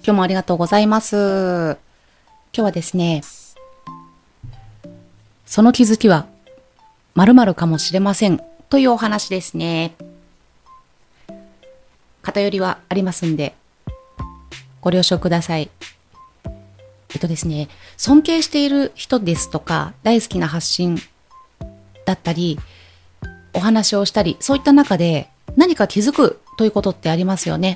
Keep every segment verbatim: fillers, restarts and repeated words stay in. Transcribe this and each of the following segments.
今日もありがとうございます。今日はですね、その気づきは〇〇かもしれませんというお話ですね。偏りはありますんで、ご了承ください。えっとですね、尊敬している人ですとか、大好きな発信だったり、お話をしたり、そういった中で何か気づくということってありますよね。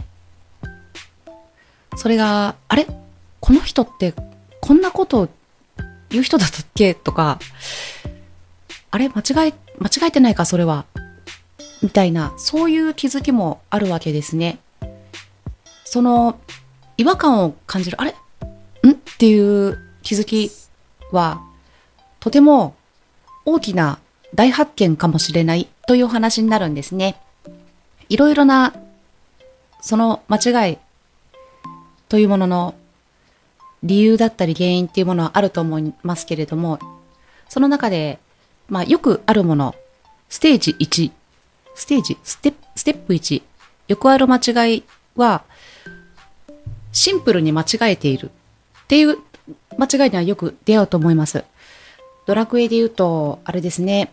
それが、あれこの人ってこんなことを言う人だったっけとか、あれ間違え、間違えてないかそれはみたいな、そういう気づきもあるわけですね。その違和感を感じる、あれんっていう気づきは、とても大きな大発見かもしれないというお話になるんですね。いろいろな、その間違いというものの理由だったり原因っていうものはあると思いますけれども、その中で、まあよくあるもの、ステージいち、ステージ、ステップ、ステップいち、よくある間違いは、シンプルに間違えているっていう間違いにはよく出会うと思います。ドラクエで言うと、あれですね、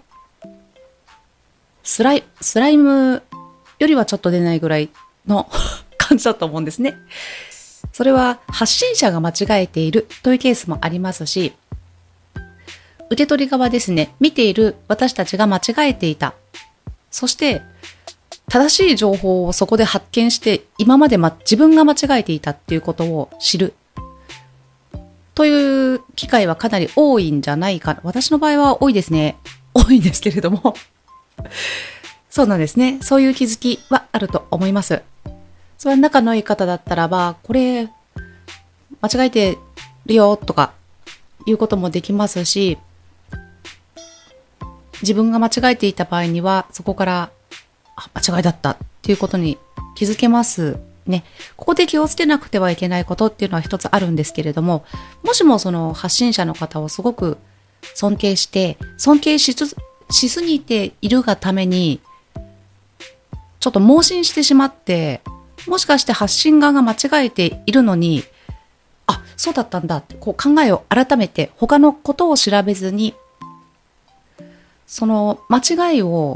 スライ、スライムよりはちょっと出ないぐらいの感じだと思うんですね。それは発信者が間違えているというケースもありますし、受け取り側ですね、見ている私たちが間違えていた。そして、正しい情報をそこで発見して、今まで、ま、自分が間違えていたっていうことを知る。という機会はかなり多いんじゃないか。私の場合は多いですね。多いんですけれども。そうなんですね。そういう気づきはあると思います。それは仲のいい方だったらば、これ、間違えてるよとかいうこともできますし、自分が間違えていた場合には、そこから、あ、間違いだったっていうことに気づけますね。ここで気をつけなくてはいけないことっていうのは一つあるんですけれども、もしもその発信者の方をすごく尊敬して、尊敬しつ、しすぎているがために、ちょっと盲信してしまって、もしかして発信側が間違えているのに、あ、そうだったんだってこう考えを改めて他のことを調べずに、その間違いを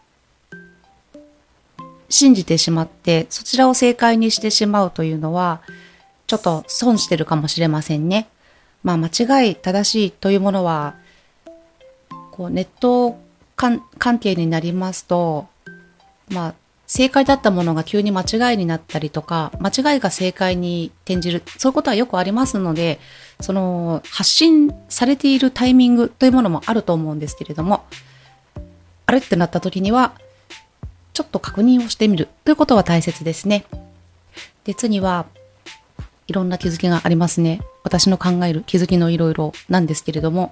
信じてしまって、そちらを正解にしてしまうというのは、ちょっと損してるかもしれませんね。まあ間違い正しいというものは、こうネット関係になりますと、まあ正解だったものが急に間違いになったりとか、間違いが正解に転じる、そういうことはよくありますので、その発信されているタイミングというものもあると思うんですけれども、あれってなった時には、ちょっと確認をしてみるということは大切ですね。で、次は、いろんな気づきがありますね。私の考える気づきのいろいろなんですけれども、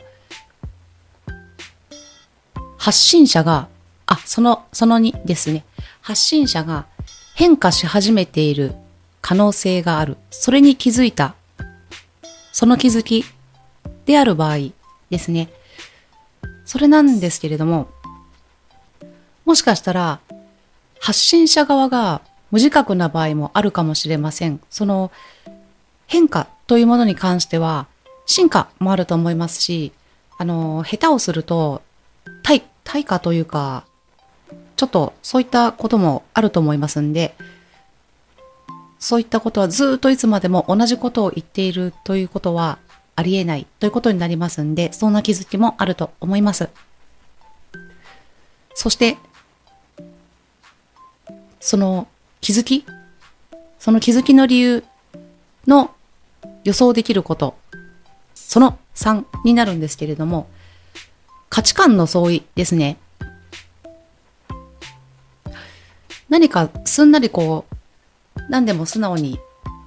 発信者が、あ、その、そのにですね。発信者が変化し始めている可能性がある。それに気づいた。その気づきである場合ですね。それなんですけれども、もしかしたら発信者側が無自覚な場合もあるかもしれません。その変化というものに関しては進化もあると思いますし、あの、下手をすると対、対価というか、ちょっとそういったこともあると思いますんで、そういったことはずっといつまでも同じことを言っているということはありえないということになりますんで、そんな気づきもあると思います。そして、その気づき、その気づきの理由の予想できること、そのさんになるんですけれども、価値観の相違ですね。何かすんなりこう、何でも素直に、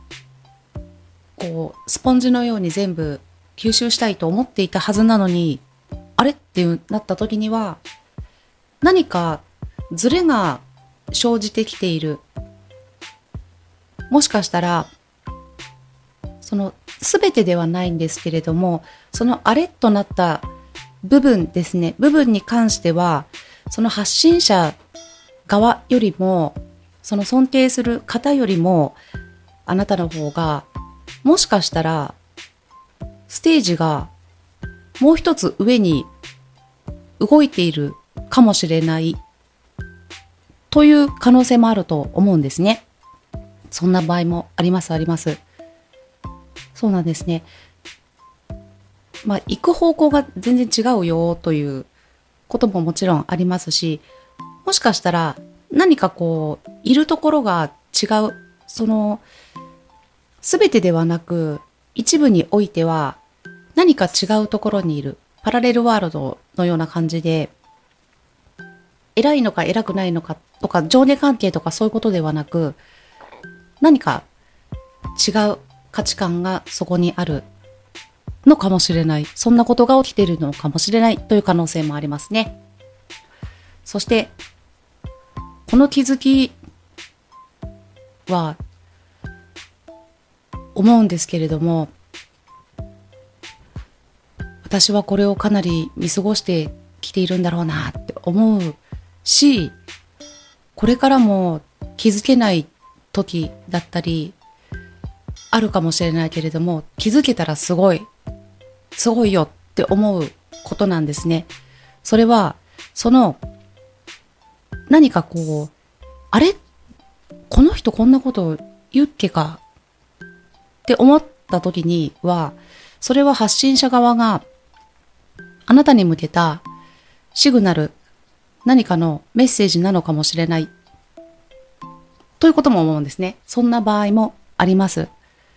こう、スポンジのように全部吸収したいと思っていたはずなのに、あれっていうなった時には、何かズレが生じてきている。もしかしたら、その全てではないんですけれども、そのあれとなった部分ですね、部分に関しては、その発信者側よりも、その尊敬する方よりも、あなたの方がもしかしたらステージがもう一つ上に動いているかもしれないという可能性もあると思うんですね。そんな場合もありますあります。そうなんですね。まあ行く方向が全然違うよということももちろんありますし、もしかしたら何かこういるところが違う、その全てではなく一部においては何か違うところにいるパラレルワールドのような感じで、偉いのか偉くないのかとか上下関係とかそういうことではなく、何か違う価値観がそこにあるのかもしれない、そんなことが起きているのかもしれないという可能性もありますね。そしてこの気づきは思うんですけれども、私はこれをかなり見過ごしてきているんだろうなって思うし、これからも気づけない時だったりあるかもしれないけれども、気づけたらすごいすごいよって思うことなんですね。それはその何かこう、あれこの人こんなこと言うっけかって思った時には、それは発信者側があなたに向けたシグナル、何かのメッセージなのかもしれないということも思うんですね。そんな場合もあります。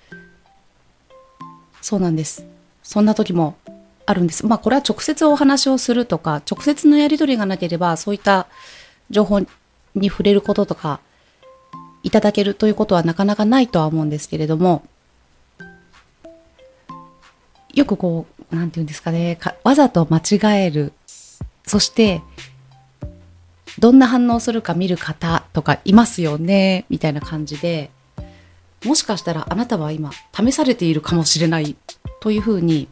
そうなんです。そんな時もあるんです。まあこれは直接お話をするとか、直接のやり取りがなければそういった情報に触れることとかいただけるということはなかなかないとは思うんですけれども、よくこう、なんていうんですかね、かわざと間違える、そしてどんな反応するか見る方とかいますよねみたいな感じで、もしかしたらあなたは今試されているかもしれないというふうに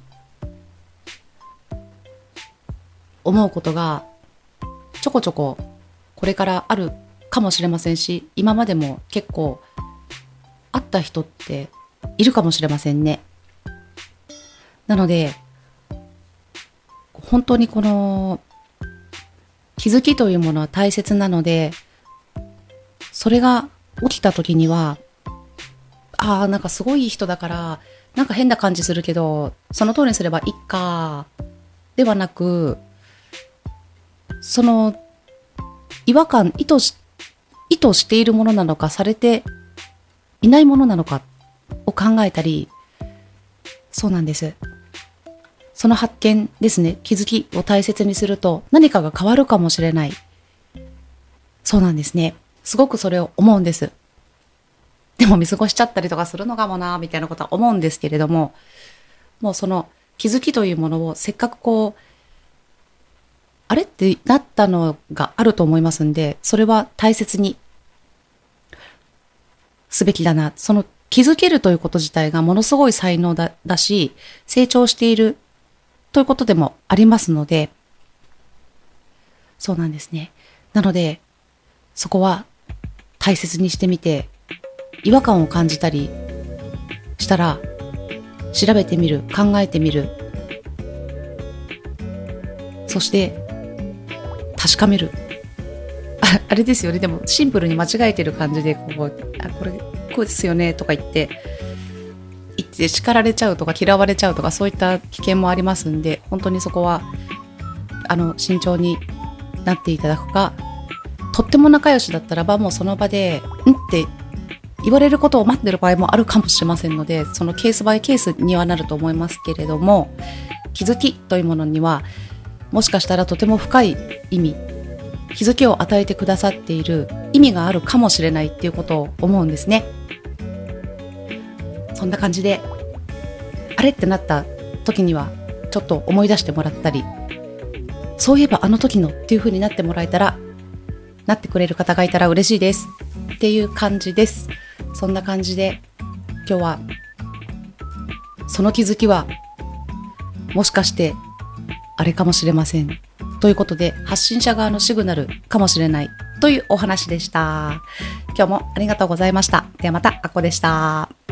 思うことがちょこちょここれからあるかもしれませんし、今までも結構あった人っているかもしれませんね。なので本当にこの気づきというものは大切なので、それが起きた時には、ああなんかすごいいい人だからなんか変な感じするけどその通りにすればいいかではなく、その違和感、意図し意図しているものなのかされていないものなのかを考えたり、そうなんです。その発見ですね、気づきを大切にすると何かが変わるかもしれない。そうなんですね。すごくそれを思うんです。でも見過ごしちゃったりとかするのかもなみたいなことは思うんですけれども、もうその気づきというものをせっかくこうあれってなったのがあると思いますんで、それは大切にすべきだな。その気づけるということ自体がものすごい才能だ、だし、成長しているということでもありますので、そうなんですね。なので、そこは大切にしてみて、違和感を感じたりしたら、調べてみる、考えてみる、そして確かめる。あ、あれですよね。でもシンプルに間違えてる感じで、こう、あ、これこうですよねとか言って、言って叱られちゃうとか嫌われちゃうとかそういった危険もありますんで、本当にそこはあの慎重になっていただくか、とっても仲良しだったらばもうその場でんって言われることを待ってる場合もあるかもしれませんので、そのケースバイケースにはなると思いますけれども、気づきというものにはもしかしたらとても深い意味、気づきを与えてくださっている意味があるかもしれないっていうことを思うんですね。そんな感じであれってなった時にはちょっと思い出してもらったり、そういえばあの時のっていう風になってもらえたら、なってくれる方がいたら嬉しいですっていう感じです。そんな感じで今日はその気づきはもしかしてあれかもしれませんということで、発信者側のシグナルかもしれないというお話でした。今日もありがとうございました。ではまた、あこでした。